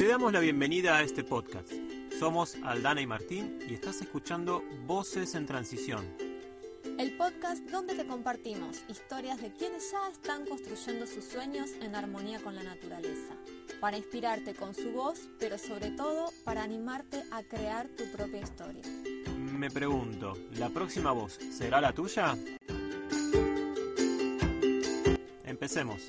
Te damos la bienvenida a este podcast. Somos Aldana y Martín y estás escuchando Voces en Transición. El podcast donde te compartimos historias de quienes ya están construyendo sus sueños en armonía con la naturaleza, para inspirarte con su voz, pero sobre todo para animarte a crear tu propia historia. Me pregunto, ¿la próxima voz será la tuya? Empecemos.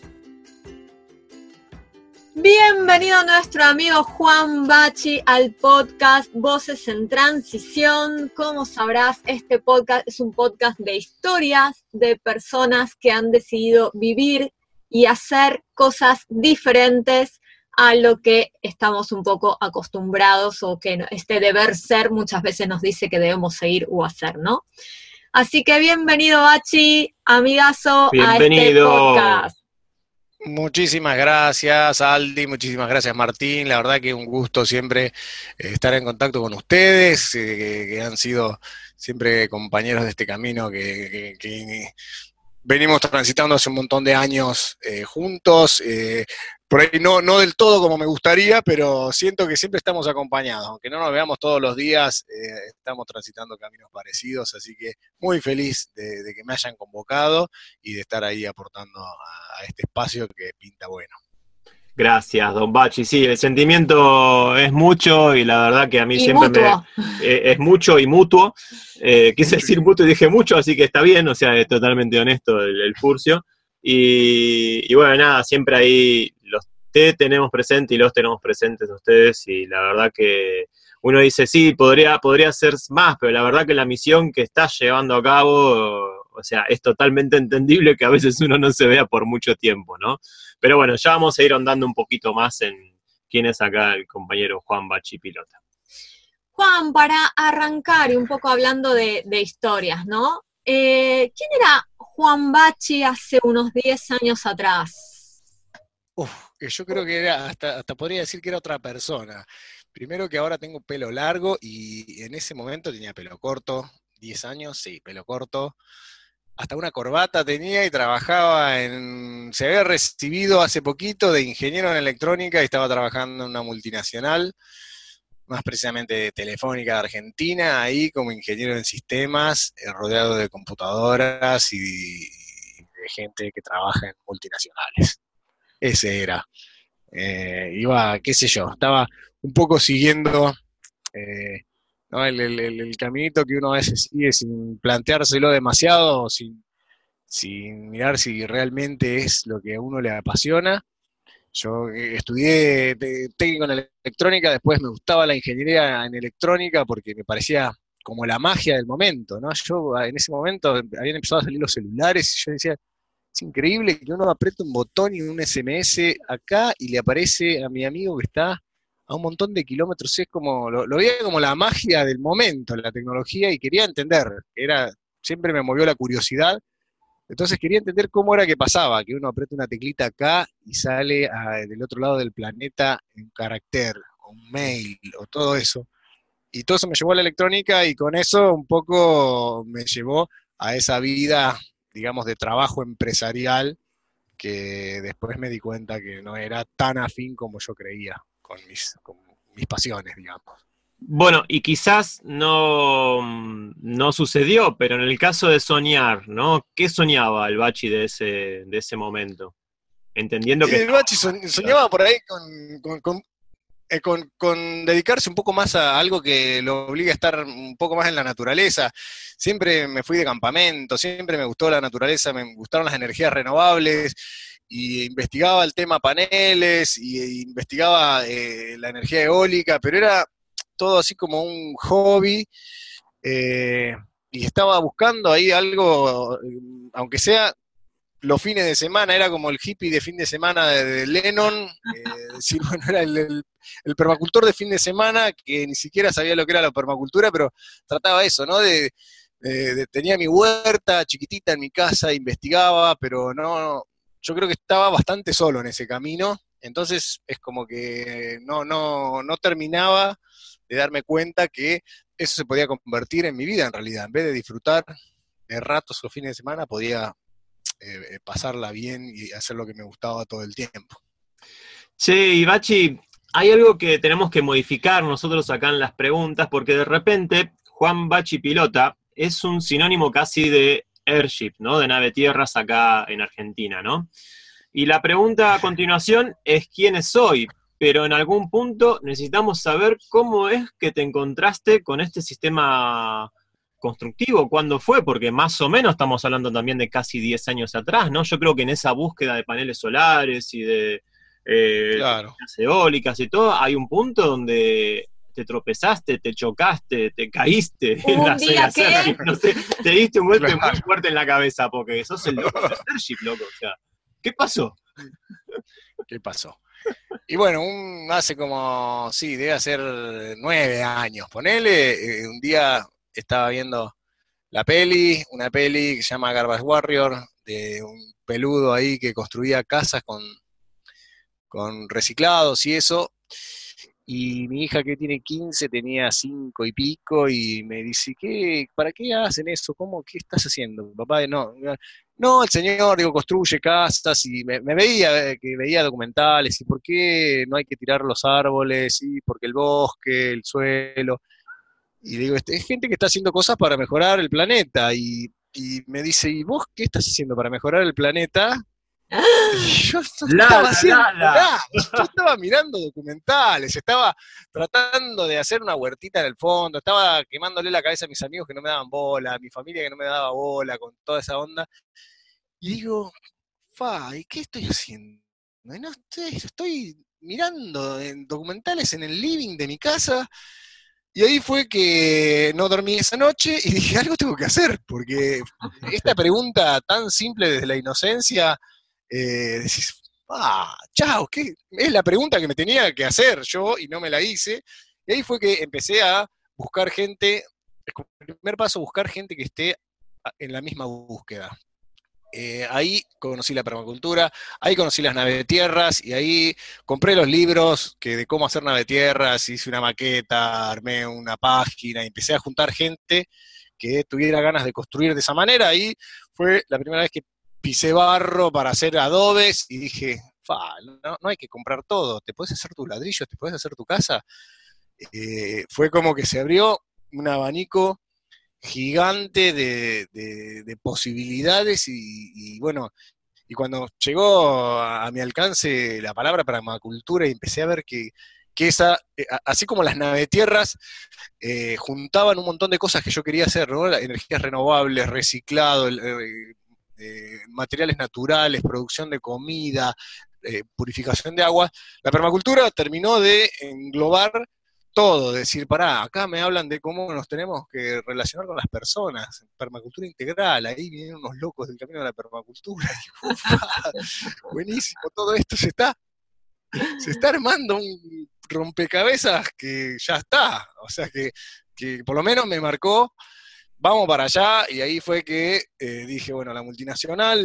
Bienvenido nuestro amigo Juan Bachi al podcast Voces en Transición. Como sabrás, este podcast es un podcast de historias de personas que han decidido vivir y hacer cosas diferentes a lo que estamos un poco acostumbrados o que este deber ser muchas veces nos dice que debemos seguir o hacer, ¿no? Así que bienvenido, Bachi, amigazo, bienvenido. A este podcast. Muchísimas gracias, Aldi, muchísimas gracias, Martín. La verdad que un gusto siempre estar en contacto con ustedes, que han sido siempre compañeros de este camino que venimos transitando hace un montón de años juntos. Por ahí no del todo como me gustaría, pero siento que siempre estamos acompañados. Aunque no nos veamos todos los días, estamos transitando caminos parecidos, así que muy feliz de que me hayan convocado y de estar ahí aportando a este espacio que pinta bueno. Gracias, don Bachi. Sí, el sentimiento es mucho y la verdad que a mí y siempre mutuo. Es mucho y mutuo. Quise decir mutuo y dije mucho, así que está bien, o sea, es totalmente honesto el furcio. Y bueno, nada, siempre ahí te tenemos presente y los tenemos presentes a ustedes y la verdad que uno dice, sí, podría ser más, pero la verdad que la misión que estás llevando a cabo, o sea, es totalmente entendible que a veces uno no se vea por mucho tiempo, ¿no? Pero bueno, ya vamos a ir ahondando un poquito más en quién es acá el compañero Juan Bachi Pilota. Juan, para arrancar y un poco hablando de historias, ¿no? ¿Quién era Juan Bachi hace unos 10 años atrás? Yo creo que era, hasta podría decir que era otra persona. Primero que ahora tengo pelo largo y en ese momento tenía pelo corto, 10 años, sí, pelo corto. Hasta una corbata tenía y se había recibido hace poquito de ingeniero en electrónica y estaba trabajando en una multinacional, más precisamente de Telefónica de Argentina, ahí como ingeniero en sistemas, rodeado de computadoras y de gente que trabaja en multinacionales. Ese era. Iba, qué sé yo, estaba un poco siguiendo ¿no? el caminito que uno a veces sigue sin planteárselo demasiado, sin mirar si realmente es lo que a uno le apasiona. Yo estudié técnico en electrónica, después me gustaba la ingeniería en electrónica porque me parecía como la magia del momento, ¿no? Yo en ese momento habían empezado a salir los celulares y yo decía, es increíble que uno apriete un botón y un SMS acá y le aparece a mi amigo que está a un montón de kilómetros. Es como, lo veía como la magia del momento, la tecnología, y quería entender. Siempre me movió la curiosidad. Entonces quería entender cómo era que pasaba, que uno aprieta una teclita acá y sale del otro lado del planeta un carácter, o un mail, o todo eso. Y todo eso me llevó a la electrónica y con eso un poco me llevó a esa vida, digamos, de trabajo empresarial, que después me di cuenta que no era tan afín como yo creía con mis pasiones, digamos. Bueno, y quizás no sucedió, pero en el caso de soñar, ¿no? ¿Qué soñaba el Bachi de ese momento? Entendiendo que... El Bachi soñaba por ahí con dedicarse un poco más a algo que lo obliga a estar un poco más en la naturaleza. Siempre me fui de campamento, siempre me gustó la naturaleza, me gustaron las energías renovables, y investigaba el tema paneles, y investigaba la energía eólica, pero era todo así como un hobby, y estaba buscando ahí algo, aunque sea los fines de semana, era como el hippie de fin de semana de Lennon, decir, bueno, era el permacultor de fin de semana, que ni siquiera sabía lo que era la permacultura, pero trataba eso, ¿no? Tenía mi huerta chiquitita en mi casa, investigaba, pero no, yo creo que estaba bastante solo en ese camino, entonces es como que no terminaba de darme cuenta que eso se podía convertir en mi vida en realidad. En vez de disfrutar de ratos los fines de semana, podía pasarla bien y hacer lo que me gustaba todo el tiempo. Che, y Bachi, hay algo que tenemos que modificar nosotros acá en las preguntas, porque de repente Juan Bachi Pilota es un sinónimo casi de airship, ¿no? De nave tierras acá en Argentina, ¿no? Y la pregunta a continuación es ¿quién soy? Pero en algún punto necesitamos saber cómo es que te encontraste con este sistema constructivo, ¿cuándo fue? Porque más o menos estamos hablando también de casi 10 años atrás, ¿no? Yo creo que en esa búsqueda de paneles solares y de Claro. eólicas y todo, hay un punto donde te tropezaste, te chocaste, te caíste en ¿Un la día Sega qué? Airship, no sé, te diste un golpe Claro. muy fuerte en la cabeza porque sos el loco de Airship, loco, o sea, ¿qué pasó? ¿Qué pasó? Y bueno, hace como, sí, debe ser 9 años, ponele, un día estaba viendo una peli que se llama Garbage Warrior, de un peludo ahí que construía casas con reciclados y eso, y mi hija que tiene 15 tenía 5 y pico, y me dice, ¿para qué hacen eso? ¿Qué estás haciendo, papá? No, el señor, digo, construye casas, y me veía, que veía documentales, y por qué no hay que tirar los árboles, y porque el bosque, el suelo, y le digo, es gente que está haciendo cosas para mejorar el planeta, y me dice, ¿y vos qué estás haciendo para mejorar el planeta? Y yo no estaba haciendo nada, yo estaba mirando documentales, estaba tratando de hacer una huertita en el fondo, estaba quemándole la cabeza a mis amigos que no me daban bola, a mi familia que no me daba bola, con toda esa onda, y digo, ¿y qué estoy haciendo? No estoy mirando en documentales en el living de mi casa, y ahí fue que no dormí esa noche y dije, algo tengo que hacer, porque esta pregunta tan simple desde la inocencia, decís, chao, ¿qué? Es la pregunta que me tenía que hacer yo y no me la hice. Y ahí fue que empecé a buscar gente, el primer paso, buscar gente que esté en la misma búsqueda. Ahí conocí la permacultura, ahí conocí las navetierras, y ahí compré los libros de cómo hacer navetierras, hice una maqueta, armé una página, y empecé a juntar gente que tuviera ganas de construir de esa manera. Ahí fue la primera vez que pisé barro para hacer adobes, y dije, no hay que comprar todo, te puedes hacer tus ladrillos, te puedes hacer tu casa. Fue como que se abrió un abanico gigante de posibilidades, y bueno, y cuando llegó a mi alcance la palabra permacultura, y empecé a ver que esa, así como las navetierras, juntaban un montón de cosas que yo quería hacer, ¿no? Energías renovables, reciclado, materiales naturales, producción de comida, purificación de agua. La permacultura terminó de englobar todo, decir, acá me hablan de cómo nos tenemos que relacionar con las personas, permacultura integral, ahí vienen unos locos del camino de la permacultura, y digo, buenísimo, todo esto se está armando un rompecabezas que ya está, o sea que por lo menos me marcó, vamos para allá, y ahí fue que dije, bueno, la multinacional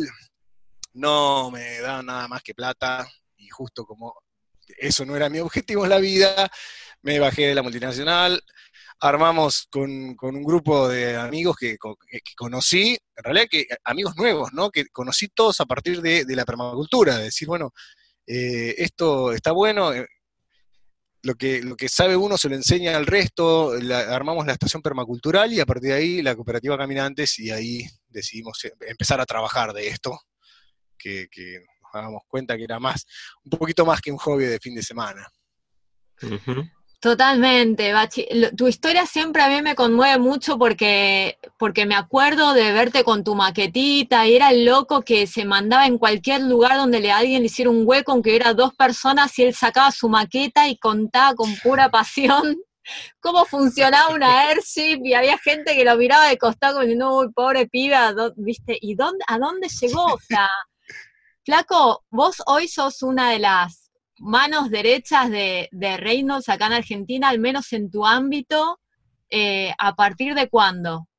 no me da nada más que plata, y justo como eso no era mi objetivo en la vida, me bajé de la multinacional, armamos con un grupo de amigos que conocí, en realidad que amigos nuevos, ¿no? Que conocí todos a partir de la permacultura, de decir, bueno, esto está bueno, lo que sabe uno se lo enseña al resto, armamos la estación permacultural, y a partir de ahí la cooperativa Caminantes, y ahí decidimos empezar a trabajar de esto, que nos hagamos cuenta que era un poquito más que un hobby de fin de semana. Uh-huh. Totalmente, Bachi. Tu historia siempre a mí me conmueve mucho porque me acuerdo de verte con tu maquetita, y era el loco que se mandaba en cualquier lugar donde alguien le hiciera un hueco, aunque hubiera 2 personas, y él sacaba su maqueta y contaba con pura pasión cómo funcionaba una airship, y había gente que lo miraba de costado como diciendo, uy, pobre piba, ¿viste? ¿Y a dónde llegó? O sea, flaco, vos hoy sos una de las manos derechas de Reynolds acá en Argentina, al menos en tu ámbito. ¿A partir de cuándo?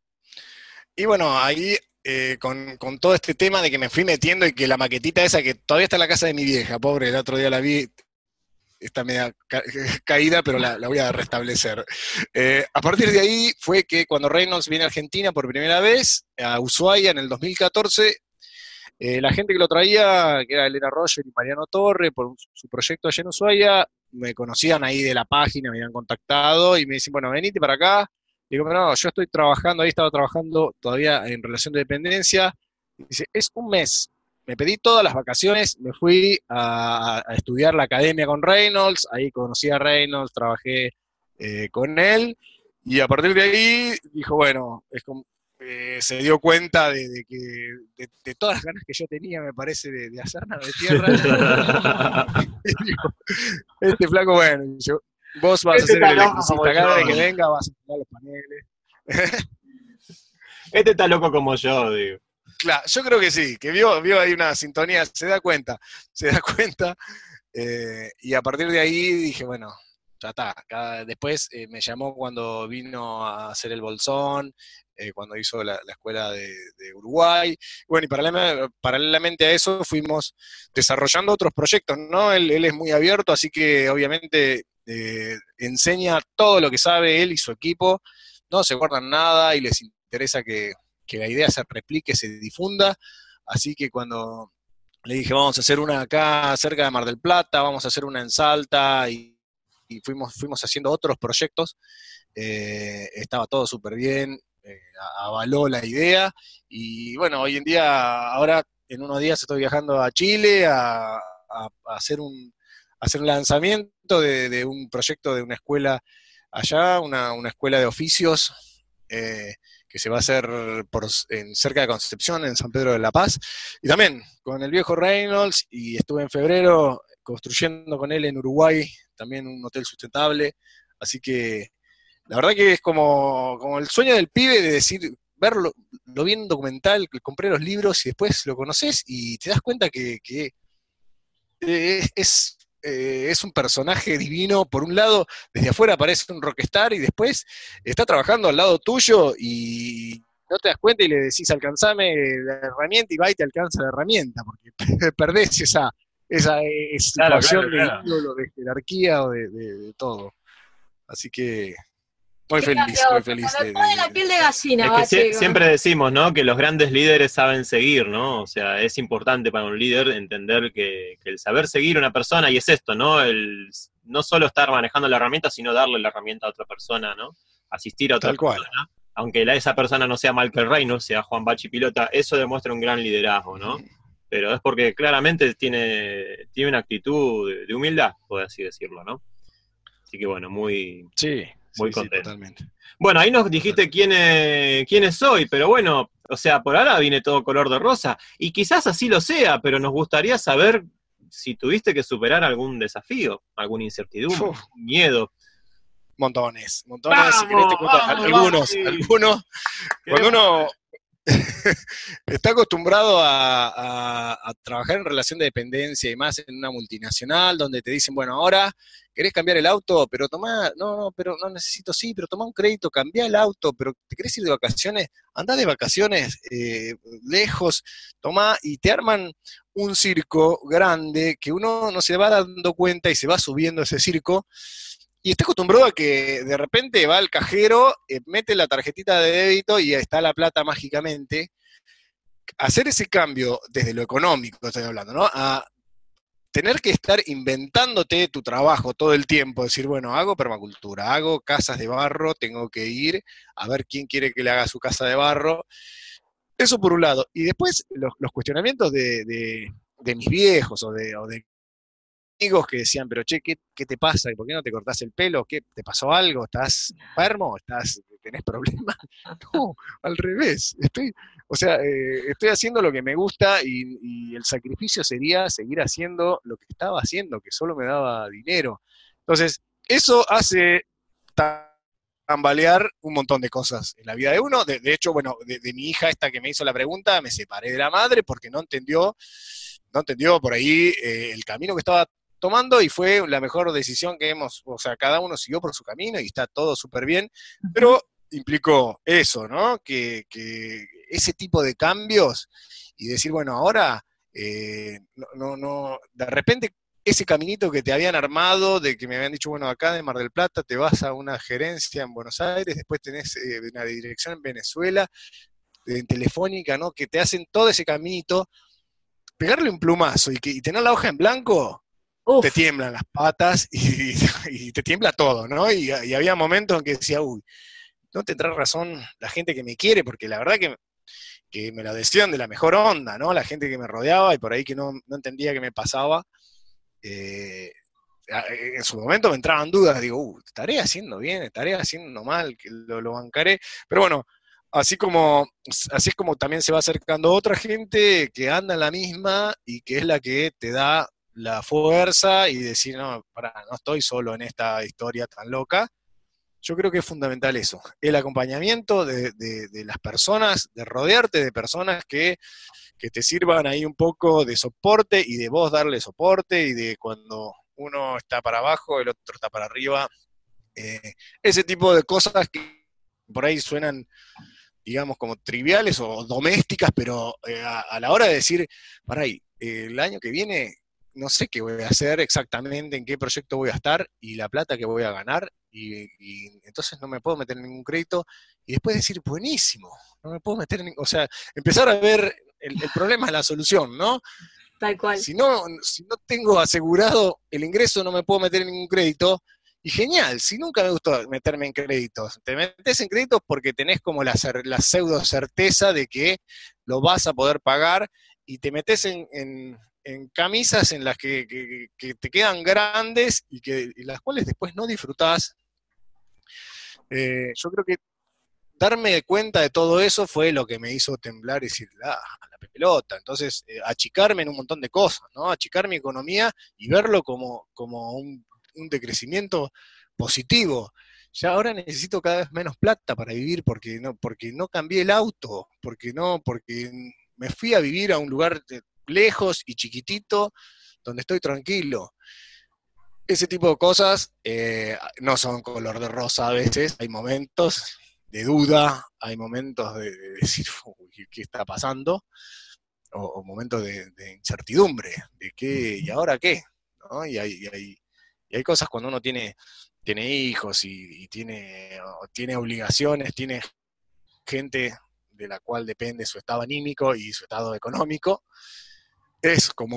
Y bueno, ahí con todo este tema de que me fui metiendo, y que la maquetita esa, que todavía está en la casa de mi vieja, pobre, el otro día la vi, está media caída, pero la voy a restablecer. A partir de ahí fue que cuando Reynolds viene a Argentina por primera vez, a Ushuaia en el 2014, la gente que lo traía, que era Elena Roger y Mariano Torre, por su proyecto allá en Ushuaia, me conocían ahí de la página, me habían contactado y me dicen, bueno, venite para acá. Digo, pero no, yo estoy trabajando, ahí estaba trabajando todavía en relación de dependencia. Dice, es un mes. Me pedí todas las vacaciones, me fui a estudiar la academia con Reynolds, ahí conocí a Reynolds, trabajé con él, y a partir de ahí dijo, bueno, se dio cuenta de todas las ganas que yo tenía, me parece, de hacer nave de tierra. Y dijo, este flaco, bueno, vos vas a ser el electricista, cada vez que venga vas a poner los paneles. Este está loco como yo, digo. Claro, yo creo que sí, que vio ahí una sintonía, se da cuenta, y a partir de ahí dije, bueno, ya está. Después me llamó cuando vino a hacer el Bolsón, cuando hizo la escuela de Uruguay, bueno, y paralelamente a eso fuimos desarrollando otros proyectos, ¿no? Él es muy abierto, así que obviamente enseña todo lo que sabe él y su equipo, no se guardan nada y les interesa que la idea se replique, se difunda, así que cuando le dije, vamos a hacer una acá cerca de Mar del Plata, vamos a hacer una en Salta, y fuimos haciendo otros proyectos, estaba todo súper bien, avaló la idea, y bueno, hoy en día, ahora en unos días estoy viajando a Chile a hacer un lanzamiento de un proyecto de una escuela allá, una escuela de oficios, que se va a hacer cerca de Concepción, en San Pedro de la Paz, y también con el viejo Reynolds, y estuve en febrero construyendo con él en Uruguay, también un hotel sustentable, así que la verdad que es como el sueño del pibe de decir, verlo, lo vi en un documental, que compré los libros y después lo conoces y te das cuenta que es un personaje divino. Por un lado, desde afuera parece un rockstar y después está trabajando al lado tuyo y no te das cuenta y le decís, alcanzame la herramienta, y va y te alcanza la herramienta, porque perdés esa situación de ídolo, de jerarquía o de todo. Así que muy feliz. Se me pone la piel de gallina. Es que siempre decimos, ¿no? Que los grandes líderes saben seguir, ¿no? O sea, es importante para un líder entender que el saber seguir a una persona, y es esto, ¿no? No solo estar manejando la herramienta, sino darle la herramienta a otra persona, ¿no? Asistir a otra persona. Aunque esa persona no sea Michael Reynolds, sea Juan Bachi Pilota, eso demuestra un gran liderazgo, ¿no? Pero es porque claramente tiene una actitud de humildad, por así decirlo, ¿no? Así que bueno, muy contento. Sí, totalmente. Bueno, ahí nos dijiste quiénes soy, pero bueno, o sea, por ahora viene todo color de rosa, y quizás así lo sea, pero nos gustaría saber si tuviste que superar algún desafío, alguna incertidumbre, miedo. Montones. ¡Vamos, en este punto, algunos. Cuando uno está acostumbrado a trabajar en relación de dependencia y más en una multinacional donde te dicen, bueno, ahora querés cambiar el auto, pero pero no necesito, pero tomá un crédito, cambiá el auto, pero te querés ir de vacaciones, andá de vacaciones lejos, tomá, y te arman un circo grande que uno no se va dando cuenta y se va subiendo ese circo. Y está acostumbrado a que de repente va al cajero, mete la tarjetita de débito y está la plata mágicamente. Hacer ese cambio desde lo económico, estoy hablando, ¿no? A tener que estar inventándote tu trabajo todo el tiempo, decir, bueno, hago permacultura, hago casas de barro, tengo que ir a ver quién quiere que le haga su casa de barro. Eso por un lado. Y después los cuestionamientos de mis viejos o de amigos que decían, pero che, ¿qué te pasa? ¿Por qué no te cortás el pelo? ¿Qué te pasó algo? ¿Estás enfermo? ¿Tenés problemas? No, al revés. Estoy haciendo lo que me gusta y el sacrificio sería seguir haciendo lo que estaba haciendo, que solo me daba dinero. Entonces, eso hace tambalear un montón de cosas en la vida de uno. De hecho, bueno, de mi hija esta que me hizo la pregunta, me separé de la madre porque no entendió por ahí el camino que estaba tomando, y fue la mejor decisión que cada uno siguió por su camino y está todo súper bien, pero implicó eso, ¿no? Que ese tipo de cambios y decir, bueno, ahora de repente ese caminito que te habían armado, de que me habían dicho, bueno, acá de Mar del Plata te vas a una gerencia en Buenos Aires, después tenés una dirección en Venezuela, en Telefónica, ¿no? Que te hacen todo ese caminito, pegarle un plumazo y tener la hoja en blanco, Uf, te tiemblan las patas y te tiembla todo, ¿no? Y había momentos en que decía, uy, no tendrá razón la gente que me quiere, porque la verdad que me lo decían de la mejor onda, ¿no? La gente que me rodeaba y por ahí que no entendía qué me pasaba. En su momento me entraban dudas, digo, ¿estaré haciendo bien? ¿Estaré haciendo mal? Que lo bancaré. Pero bueno, así es como también se va acercando otra gente que anda en la misma y que es la que te da la fuerza y decir, no, no estoy solo en esta historia tan loca. Yo creo que es fundamental eso, el acompañamiento de las personas, de rodearte de personas que te sirvan ahí un poco de soporte y de vos darle soporte y de cuando uno está para abajo, el otro está para arriba. Ese tipo de cosas que por ahí suenan, digamos, como triviales o domésticas, pero a la hora de decir, para ahí, el año que viene no sé qué voy a hacer exactamente, en qué proyecto voy a estar y la plata que voy a ganar, y entonces no me puedo meter en ningún crédito, y después decir, buenísimo, no me puedo meter en o sea, empezar a ver el problema es la solución, ¿no? tal cual. Si no tengo asegurado el ingreso, no me puedo meter en ningún crédito. Y genial, si nunca me gustó meterme en créditos. Te metes en créditos porque tenés como la pseudo certeza de que lo vas a poder pagar y te metes en camisas en las que te quedan grandes y las cuales después no disfrutás. Yo creo que darme cuenta de todo eso fue lo que me hizo temblar y decir, la pelota. Entonces, achicarme en un montón de cosas, ¿no? Achicar mi economía y verlo como un decrecimiento positivo. Ya ahora necesito cada vez menos plata para vivir porque no cambié el auto, porque me fui a vivir a un lugar lejos y chiquitito donde estoy tranquilo. Ese tipo de cosas no son color de rosa a veces, hay momentos de duda, hay momentos de decir, ¿qué está pasando? O momentos de incertidumbre, de qué, ¿y ahora qué? ¿No? Y hay cosas cuando uno tiene hijos y tiene obligaciones, tiene gente de la cual depende su estado anímico y su estado económico, es como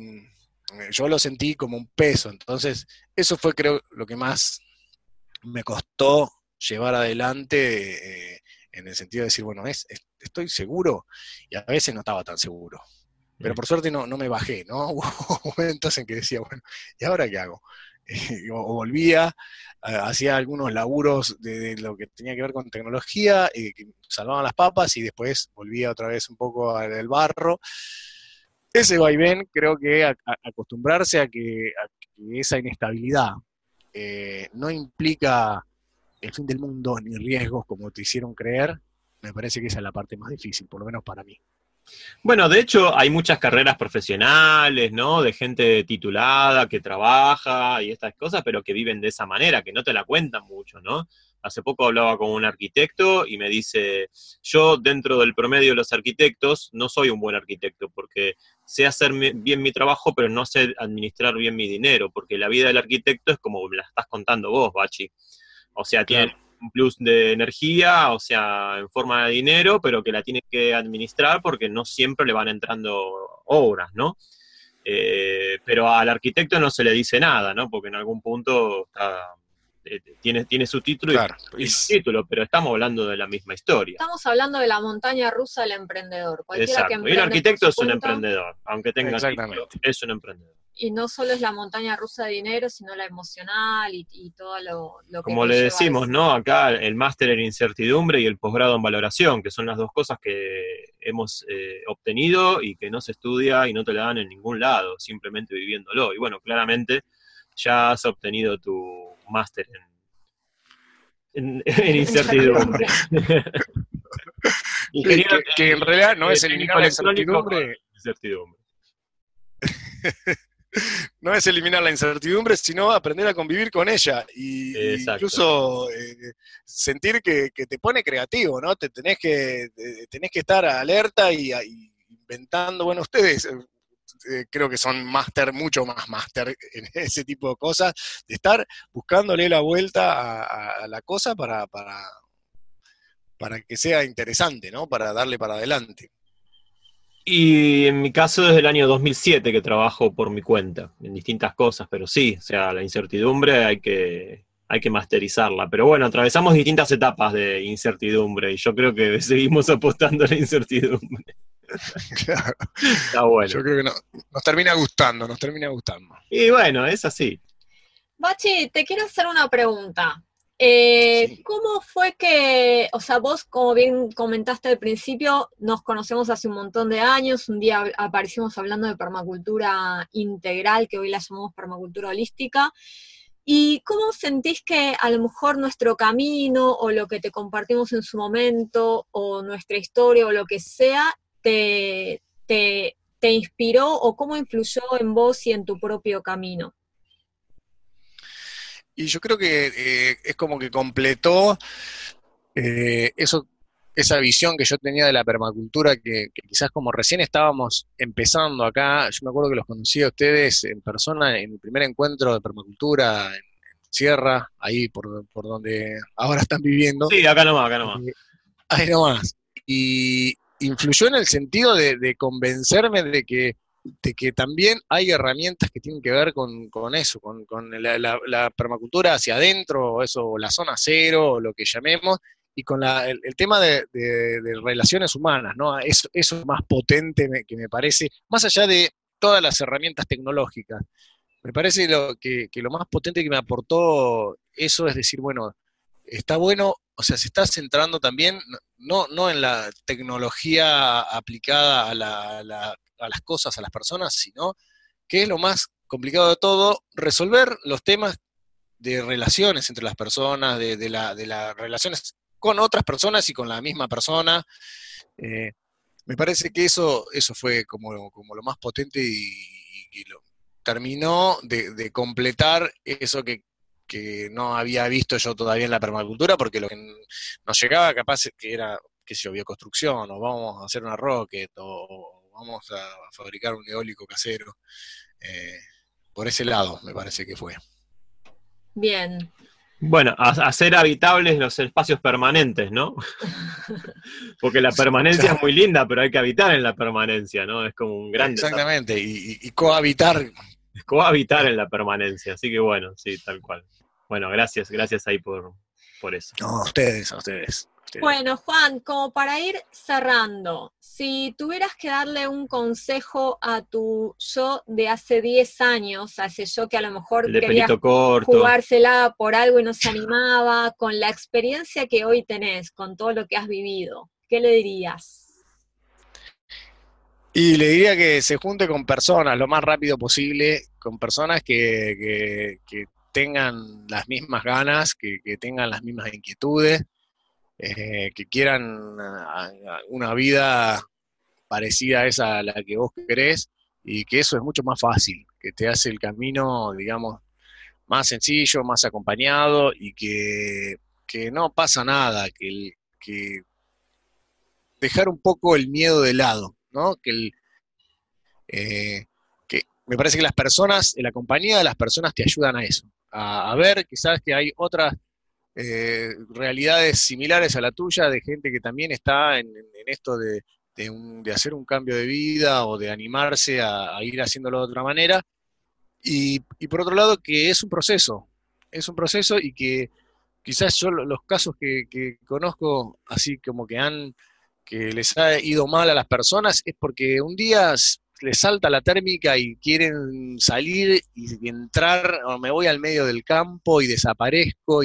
yo lo sentí como un peso, entonces eso fue creo lo que más me costó llevar adelante en el sentido de decir, bueno, estoy seguro, y a veces no estaba tan seguro. Pero por suerte no me bajé, ¿no? Hubo momentos en que decía, bueno, ¿y ahora qué hago? O volvía, hacía algunos laburos de lo que tenía que ver con tecnología, que salvaban las papas, y después volvía otra vez un poco al barro. Ese vaivén, creo que acostumbrarse a que esa inestabilidad no implica el fin del mundo ni riesgos como te hicieron creer, me parece que esa es la parte más difícil, por lo menos para mí. Bueno, de hecho hay muchas carreras profesionales, ¿no? De gente titulada que trabaja y estas cosas, pero que viven de esa manera, que no te la cuentan mucho, ¿no? Hace poco hablaba con un arquitecto y me dice, yo dentro del promedio de los arquitectos no soy un buen arquitecto porque sé hacer bien mi trabajo, pero no sé administrar bien mi dinero, porque la vida del arquitecto es como me la estás contando vos, Bachi. O sea, Claro. tiene un plus de energía, o sea, en forma de dinero, pero que la tiene que administrar porque no siempre le van entrando obras, ¿no? Pero al arquitecto no se le dice nada, ¿no? Porque en algún punto tiene su título Claro. y su título, pero estamos hablando de la misma historia. Estamos hablando de la montaña rusa del emprendedor. Cualquiera Exacto. que Y un emprende arquitecto por es su un cuenta, emprendedor, aunque tenga título, es un emprendedor. y no solo es la montaña rusa de dinero, sino la emocional y todo lo que Como le conlleva decimos, eso. ¿no? Acá el máster en incertidumbre y el posgrado en valoración, que son las dos cosas que hemos obtenido y que no se estudia y no te la dan en ningún lado, simplemente viviéndolo. Y bueno, claramente ya has obtenido tu máster en incertidumbre. Ingeniero, que en realidad no es técnico eliminar la electrónico incertidumbre, no es eliminar la incertidumbre, sino aprender a convivir con ella y incluso sentir que te pone creativo, ¿no? Tenés que estar alerta y inventando. Bueno, ustedes creo que son mucho más máster en ese tipo de cosas, de estar buscándole la vuelta a la cosa para que sea interesante, ¿no? Para darle para adelante. Y en mi caso desde el año 2007 que trabajo por mi cuenta, en distintas cosas, pero sí, o sea, la incertidumbre hay que masterizarla. Pero bueno, atravesamos distintas etapas de incertidumbre y yo creo que seguimos apostando a la incertidumbre. Claro. Está bueno. Yo creo que nos termina gustando, nos termina gustando. Y bueno, es así. Bachi, te quiero hacer una pregunta. Sí. ¿Cómo fue que, o sea, vos, como bien comentaste al principio, nos conocemos hace un montón de años, un día aparecimos hablando de permacultura integral, que hoy la llamamos permacultura holística, ¿y cómo sentís que a lo mejor nuestro camino, o lo que te compartimos en su momento, o nuestra historia, o lo que sea, te inspiró, o cómo influyó en vos y en tu propio camino? Y yo creo que es como que completó esa visión que yo tenía de la permacultura, que quizás como recién estábamos empezando acá, yo me acuerdo que los conocí a ustedes en persona en el primer encuentro de permacultura en Sierra, ahí por donde ahora están viviendo. Sí, acá nomás, acá nomás. Ahí nomás. Y influyó en el sentido de convencerme de que también hay herramientas que tienen que ver con eso, con la permacultura hacia adentro, o eso, o la zona cero, o lo que llamemos, y con el tema de relaciones humanas, ¿no? Eso es lo más potente que me parece, más allá de todas las herramientas tecnológicas. Me parece que lo más potente que me aportó eso es decir, bueno, está bueno, o sea, se está centrando también, no en la tecnología aplicada a las cosas, a las personas, sino que es lo más complicado de todo, resolver los temas de relaciones entre las personas, de las relaciones con otras personas y con la misma persona. Eh, Me parece que eso fue como lo más potente y lo terminó de completar eso que no había visto yo todavía en la permacultura, porque lo que nos llegaba capaz que era, qué sé yo, bioconstrucción, o vamos a hacer una rocket, o vamos a fabricar un eólico casero. Eh, por ese lado, me parece que fue. Bien. Bueno, hacer habitables los espacios permanentes, ¿no? Porque la permanencia es muy linda, pero hay que habitar en la permanencia, ¿no? Es como un gran Exactamente, y cohabitar. Cohabitar en la permanencia, así que bueno, sí, tal cual. Bueno, gracias ahí por eso. No, a ustedes. Bueno, Juan, como para ir cerrando, si tuvieras que darle un consejo a tu yo de hace 10 años, a ese yo que a lo mejor El de quería pelito corto. jugársela por algo y no se animaba, con la experiencia que hoy tenés, con todo lo que has vivido, ¿qué le dirías? Y le diría que se junte con personas lo más rápido posible, con personas que tengan las mismas ganas, que tengan las mismas inquietudes, que quieran una vida parecida a esa a la que vos querés, y que eso es mucho más fácil, que te hace el camino, digamos, más sencillo, más acompañado, y que no pasa nada, que dejar un poco el miedo de lado, ¿no? Que me parece que las personas, la compañía de las personas te ayudan a eso, a ver quizás que hay otras realidades similares a la tuya, de gente que también está en esto de hacer un cambio de vida o de animarse a ir haciéndolo de otra manera, y por otro lado que es un proceso y que quizás yo los casos que conozco así como que les ha ido mal a las personas es porque un día les salta la térmica y quieren salir y entrar, o me voy al medio del campo y desaparezco,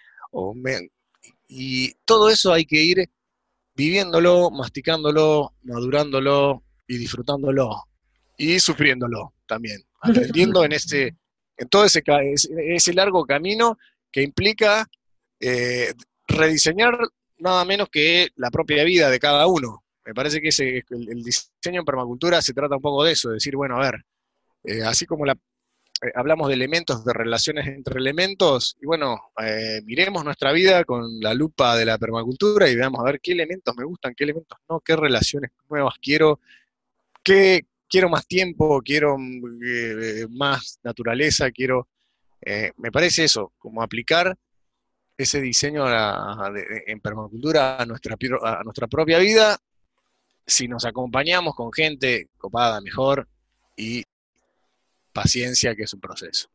y todo eso hay que ir viviéndolo, masticándolo, madurándolo y disfrutándolo y sufriéndolo también, aprendiendo en todo ese largo camino que implica rediseñar nada menos que la propia vida de cada uno. Me parece que el diseño en permacultura se trata un poco de eso, de decir, bueno, a ver, así como hablamos de elementos, de relaciones entre elementos, y bueno, miremos nuestra vida con la lupa de la permacultura y veamos a ver qué elementos me gustan, qué elementos no, qué relaciones nuevas quiero, qué quiero más tiempo, quiero más naturaleza, me parece eso, como aplicar ese diseño en permacultura a nuestra propia vida, si nos acompañamos con gente copada, mejor, y paciencia, que es un proceso.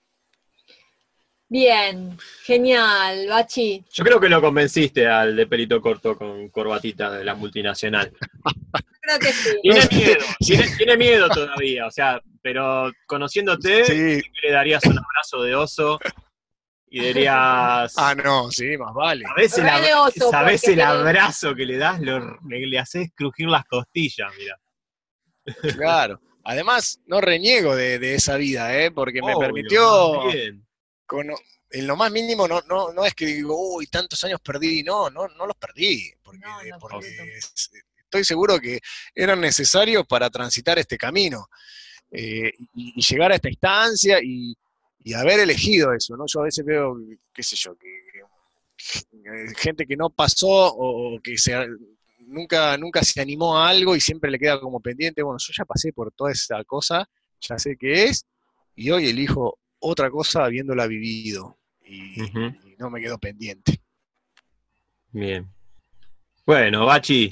Bien, genial, Bachi. Yo creo que lo convenciste al de pelito corto con corbatita de la multinacional. Creo que sí. Tiene miedo todavía, o sea, pero conociéndote, Sí. le darías un abrazo de oso y dirías... No, sí, más vale. Re de oso, ¿Sabés porque el abrazo que le das? Le haces crujir las costillas, mira. Claro. Además, no reniego de esa vida, porque me Obvio, permitió, más bien. en lo más mínimo, no es que digo, uy, tantos años perdí, no los perdí, porque No, en absoluto. estoy seguro que eran necesarios para transitar este camino, y llegar a esta instancia y haber elegido eso, ¿no? Yo a veces veo, qué sé yo, que gente que no pasó o que nunca se animó a algo y siempre le queda como pendiente. Bueno, yo ya pasé por toda esa cosa, ya sé qué es, y hoy elijo otra cosa habiéndola vivido, y no me quedo pendiente. Bien. Bueno, Bachi.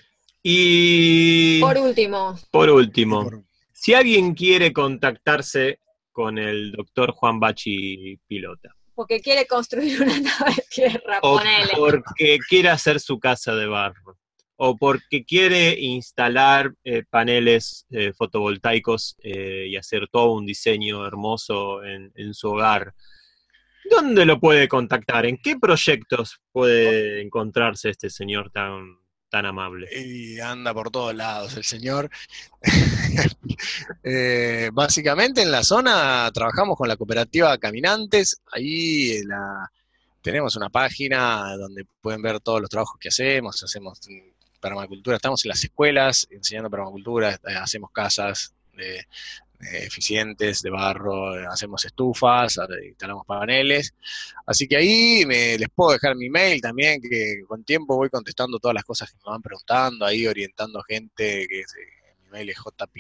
Y Por último, si alguien quiere contactarse con el doctor Juan Bachi Pilota, porque quiere construir una nave de tierra, o ponele. porque quiere hacer su casa de barro, o porque quiere instalar paneles fotovoltaicos y hacer todo un diseño hermoso en su hogar, ¿dónde lo puede contactar? ¿En qué proyectos puede encontrarse este señor tan amable? Y anda por todos lados el señor. Básicamente en la zona trabajamos con la cooperativa Caminantes. Ahí tenemos una página donde pueden ver todos los trabajos que hacemos permacultura, estamos en las escuelas enseñando permacultura, hacemos casas eficientes de barro, hacemos estufas, instalamos paneles, así que ahí les puedo dejar mi mail también, que con tiempo voy contestando todas las cosas que me van preguntando, ahí orientando gente, que mi mail es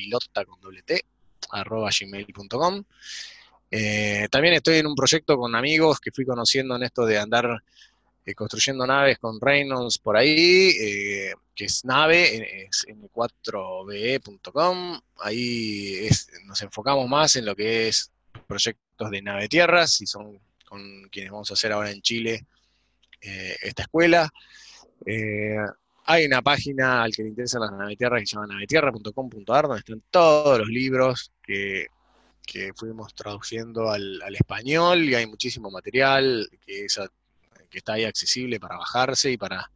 jpilota@gmail.com. También estoy en un proyecto con amigos que fui conociendo en esto de andar construyendo naves con Reynolds por ahí, que es nave, es n4be.com. Ahí nos enfocamos más en lo que es proyectos de nave tierras, y son con quienes vamos a hacer ahora en Chile esta escuela. Hay una página al que le interesan las nave tierras que se llama navetierra.com.ar, donde están todos los libros que fuimos traduciendo al español, y hay muchísimo material que está ahí accesible para bajarse y para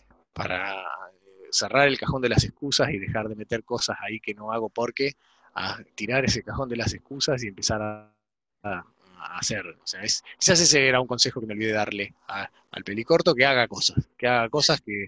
cerrar el cajón de las excusas y dejar de meter cosas ahí que no hago, porque a tirar ese cajón de las excusas y empezar a hacer. O sea, quizás ese era un consejo que me olvidé darle al pelicorto, que haga cosas que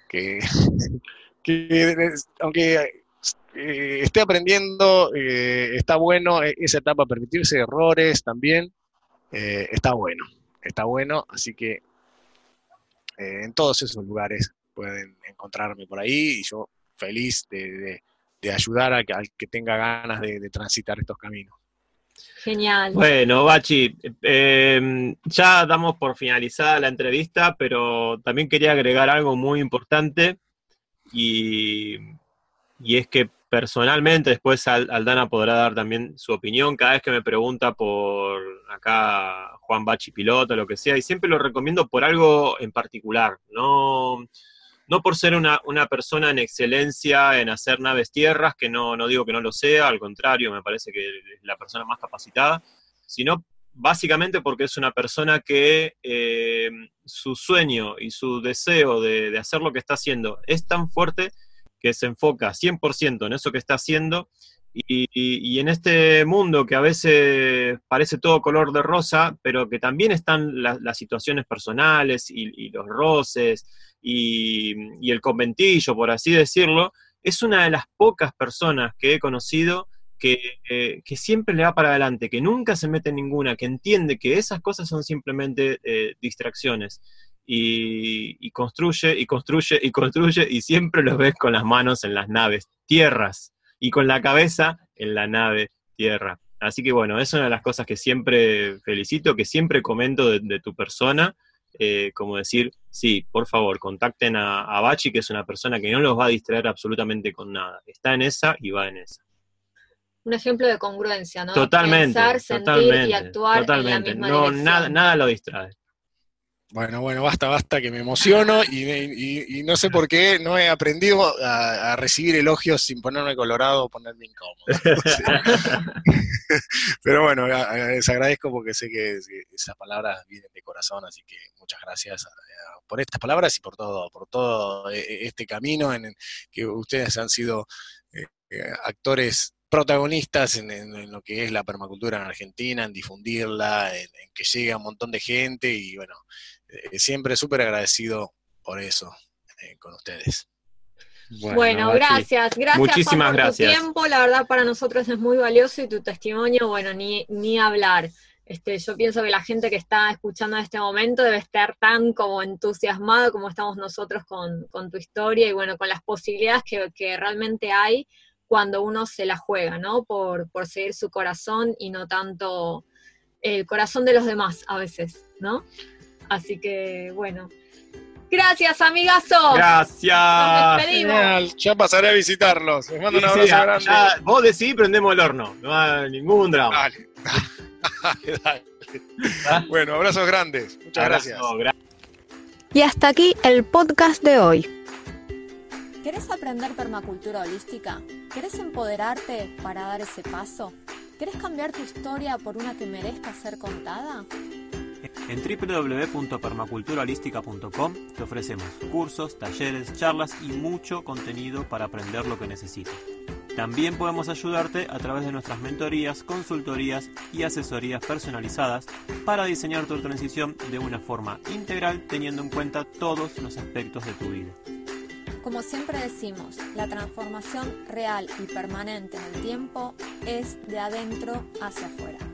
aunque esté aprendiendo, está bueno esa etapa, permitirse errores también, está bueno, así que en todos esos lugares pueden encontrarme por ahí, y yo feliz de ayudar al que tenga ganas de transitar estos caminos. Genial. Bueno, Bachi, ya damos por finalizada la entrevista, pero también quería agregar algo muy importante, y es que personalmente, después Aldana podrá dar también su opinión, cada vez que me pregunta por acá Juan Bachi Pilota, lo que sea, y siempre lo recomiendo por algo en particular, no por ser una persona en excelencia en hacer naves tierras, que no digo que no lo sea, al contrario, me parece que es la persona más capacitada, sino básicamente porque es una persona que su sueño y su deseo de hacer lo que está haciendo es tan fuerte que se enfoca 100% en eso que está haciendo, y en este mundo que a veces parece todo color de rosa, pero que también están las situaciones personales y los roces y el conventillo, por así decirlo, es una de las pocas personas que he conocido que siempre le va para adelante, que nunca se mete en ninguna, que entiende que esas cosas son simplemente distracciones. Y construye, y siempre los ves con las manos en las naves tierras, y con la cabeza en la nave tierra. Así que bueno, es una de las cosas que siempre felicito, que siempre comento de tu persona, como decir, sí, por favor, contacten a Bachi, que es una persona que no los va a distraer absolutamente con nada. Está en esa y va en esa. Un ejemplo de congruencia, ¿no? Totalmente. Pensar, sentir y actuar en la misma dirección. Nada lo distrae. Bueno, basta, que me emociono y no sé por qué no he aprendido a recibir elogios sin ponerme colorado o ponerme incómodo. Pero bueno, les agradezco porque sé que esas palabras vienen de corazón, así que muchas gracias por estas palabras y por todo este camino en el que ustedes han sido actores protagonistas en lo que es la permacultura en Argentina, en difundirla, en que llegue a un montón de gente y bueno, siempre súper agradecido por eso con ustedes. Bueno, gracias. Muchísimas Juan, por gracias. tu tiempo, la verdad para nosotros es muy valioso y tu testimonio, bueno, ni hablar. Yo pienso que la gente que está escuchando en este momento debe estar tan como entusiasmado como estamos nosotros con tu historia y bueno, con las posibilidades que realmente hay cuando uno se la juega, ¿no? Por seguir su corazón y no tanto el corazón de los demás a veces, ¿no? Así que, bueno. Gracias, amigazos. Gracias. Nos despedimos. Genial. Ya pasaré a visitarlos. Les mando un abrazo grande. Ya, vos decís y prendemos el horno. No hay ningún drama. Dale. Bueno, abrazos grandes. Muchas gracias. Y hasta aquí el podcast de hoy. ¿Querés aprender permacultura holística? ¿Querés empoderarte para dar ese paso? ¿Querés cambiar tu historia por una que merezca ser contada? En www.permaculturaholística.com te ofrecemos cursos, talleres, charlas y mucho contenido para aprender lo que necesitas. También podemos ayudarte a través de nuestras mentorías, consultorías y asesorías personalizadas para diseñar tu transición de una forma integral teniendo en cuenta todos los aspectos de tu vida. Como siempre decimos, la transformación real y permanente en el tiempo es de adentro hacia afuera.